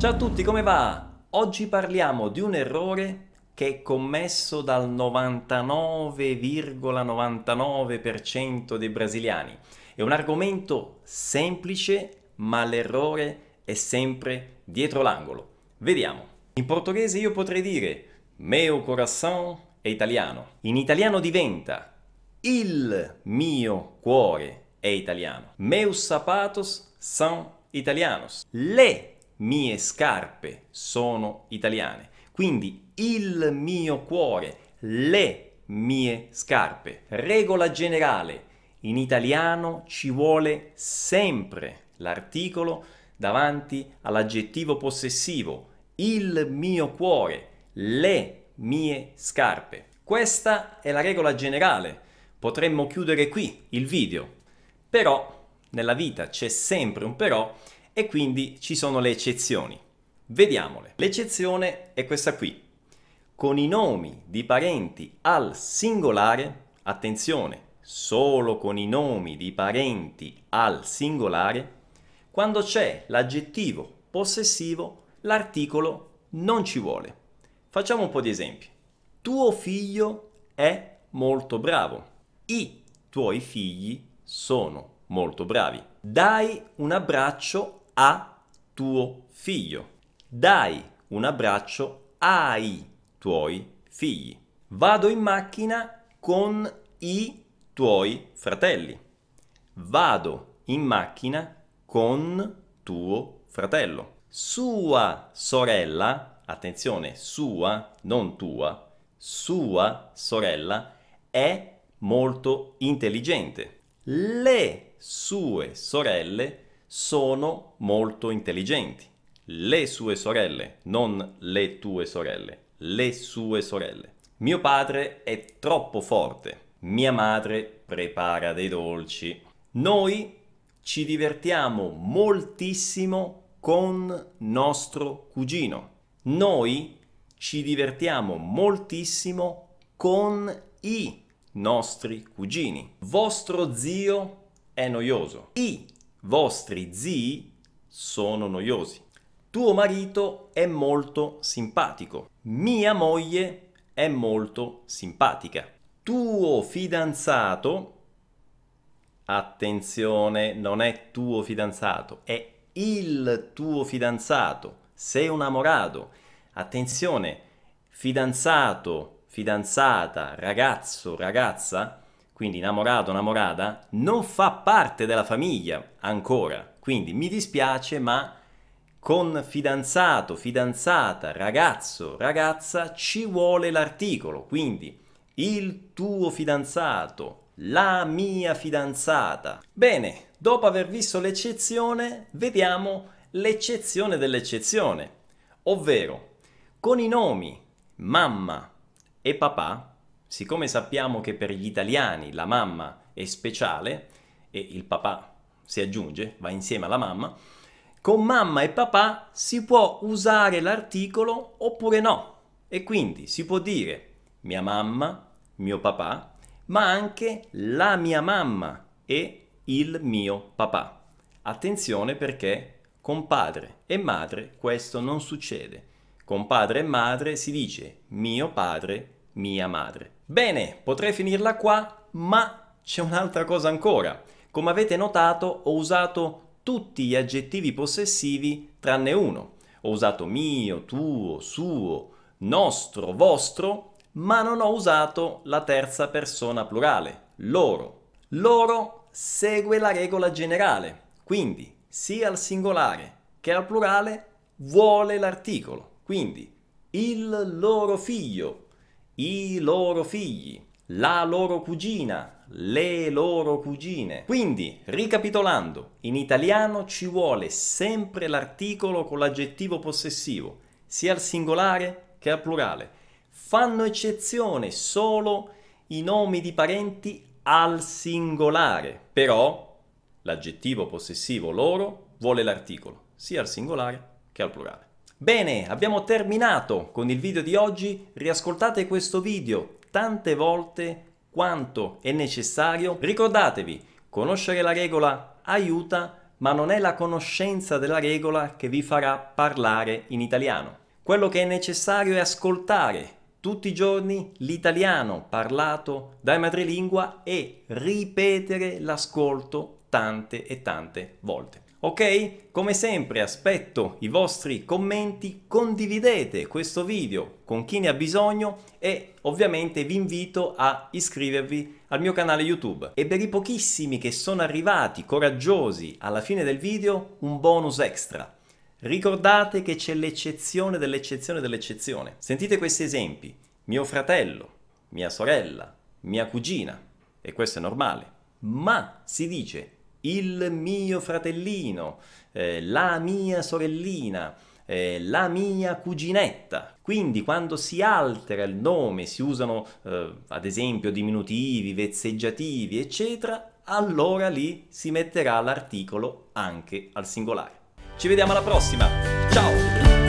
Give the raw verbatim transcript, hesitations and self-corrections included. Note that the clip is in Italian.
Ciao a tutti, come va? Oggi parliamo di un errore che è commesso dal novantanove virgola novantanove per cento dei brasiliani. È un argomento semplice, ma l'errore è sempre dietro l'angolo. Vediamo. In portoghese io potrei dire meu coração è italiano. In italiano diventa il mio cuore è italiano. Meus sapatos são italianos. Le mie scarpe sono italiane. Quindi il mio cuore, le mie scarpe. Regola generale, in italiano ci vuole sempre l'articolo davanti all'aggettivo possessivo. Il mio cuore, le mie scarpe. Questa è la regola generale. Potremmo chiudere qui il video. Però nella vita c'è sempre un però e quindi ci sono le eccezioni. Vediamole. L'eccezione è questa qui. Con i nomi di parenti al singolare, attenzione, solo con i nomi di parenti al singolare, quando c'è l'aggettivo possessivo, l'articolo non ci vuole. Facciamo un po' di esempi. Tuo figlio è molto bravo. I tuoi figli sono molto bravi. Dai un abbraccio a tuo figlio. Dai un abbraccio ai tuoi figli. Vado in macchina con i tuoi fratelli. Vado in macchina con tuo fratello. Sua sorella, attenzione, sua, non tua, sua sorella è molto intelligente. Le sue sorelle sono molto intelligenti. Le sue sorelle, non le tue sorelle, le sue sorelle. Mio padre è troppo forte. Mia madre prepara dei dolci. Noi ci divertiamo moltissimo con nostro cugino. Noi ci divertiamo moltissimo con i nostri cugini. Vostro zio è noioso. I vostri zii sono noiosi. Tuo marito è molto simpatico. Mia moglie è molto simpatica. Tuo fidanzato, attenzione, non è tuo fidanzato, è il tuo fidanzato. Sei un namorado. Attenzione, fidanzato, fidanzata, ragazzo, ragazza, quindi innamorato, innamorata, non fa parte della famiglia ancora. Quindi mi dispiace, ma con fidanzato, fidanzata, ragazzo, ragazza ci vuole l'articolo. Quindi il tuo fidanzato, la mia fidanzata. Bene, dopo aver visto l'eccezione, vediamo l'eccezione dell'eccezione, ovvero con i nomi mamma e papà, siccome sappiamo che per gli italiani la mamma è speciale e il papà si aggiunge, va insieme alla mamma, con mamma e papà si può usare l'articolo oppure no. E quindi si può dire mia mamma, mio papà, ma anche la mia mamma e il mio papà. Attenzione perché con padre e madre questo non succede. Con padre e madre si dice mio padre, mia madre. Bene, potrei finirla qua, ma c'è un'altra cosa ancora. Come avete notato, ho usato tutti gli aggettivi possessivi tranne uno. Ho usato mio, tuo, suo, nostro, vostro, ma non ho usato la terza persona plurale, loro. Loro segue la regola generale, quindi sia al singolare che al plurale vuole l'articolo. Quindi il loro figlio, i loro figli, la loro cugina, le loro cugine. Quindi, ricapitolando, in italiano ci vuole sempre l'articolo con l'aggettivo possessivo, sia al singolare che al plurale. Fanno eccezione solo i nomi di parenti al singolare, però l'aggettivo possessivo loro vuole l'articolo, sia al singolare che al plurale. Bene, abbiamo terminato con il video di oggi. Riascoltate questo video tante volte quanto è necessario. Ricordatevi, conoscere la regola aiuta, ma non è la conoscenza della regola che vi farà parlare in italiano. Quello che è necessario è ascoltare tutti i giorni l'italiano parlato dai madrelingua e ripetere l'ascolto tante e tante volte. Ok? Come sempre aspetto i vostri commenti, condividete questo video con chi ne ha bisogno e ovviamente vi invito a iscrivervi al mio canale YouTube. E per i pochissimi che sono arrivati coraggiosi alla fine del video, un bonus extra. Ricordate che c'è l'eccezione dell'eccezione dell'eccezione. Sentite questi esempi. Mio fratello, mia sorella, mia cugina. E questo è normale. Ma si dice il mio fratellino, eh, la mia sorellina, eh, la mia cuginetta. Quindi quando si altera il nome, si usano eh, ad esempio diminutivi, vezzeggiativi, eccetera, allora lì si metterà l'articolo anche al singolare. Ci vediamo alla prossima, ciao!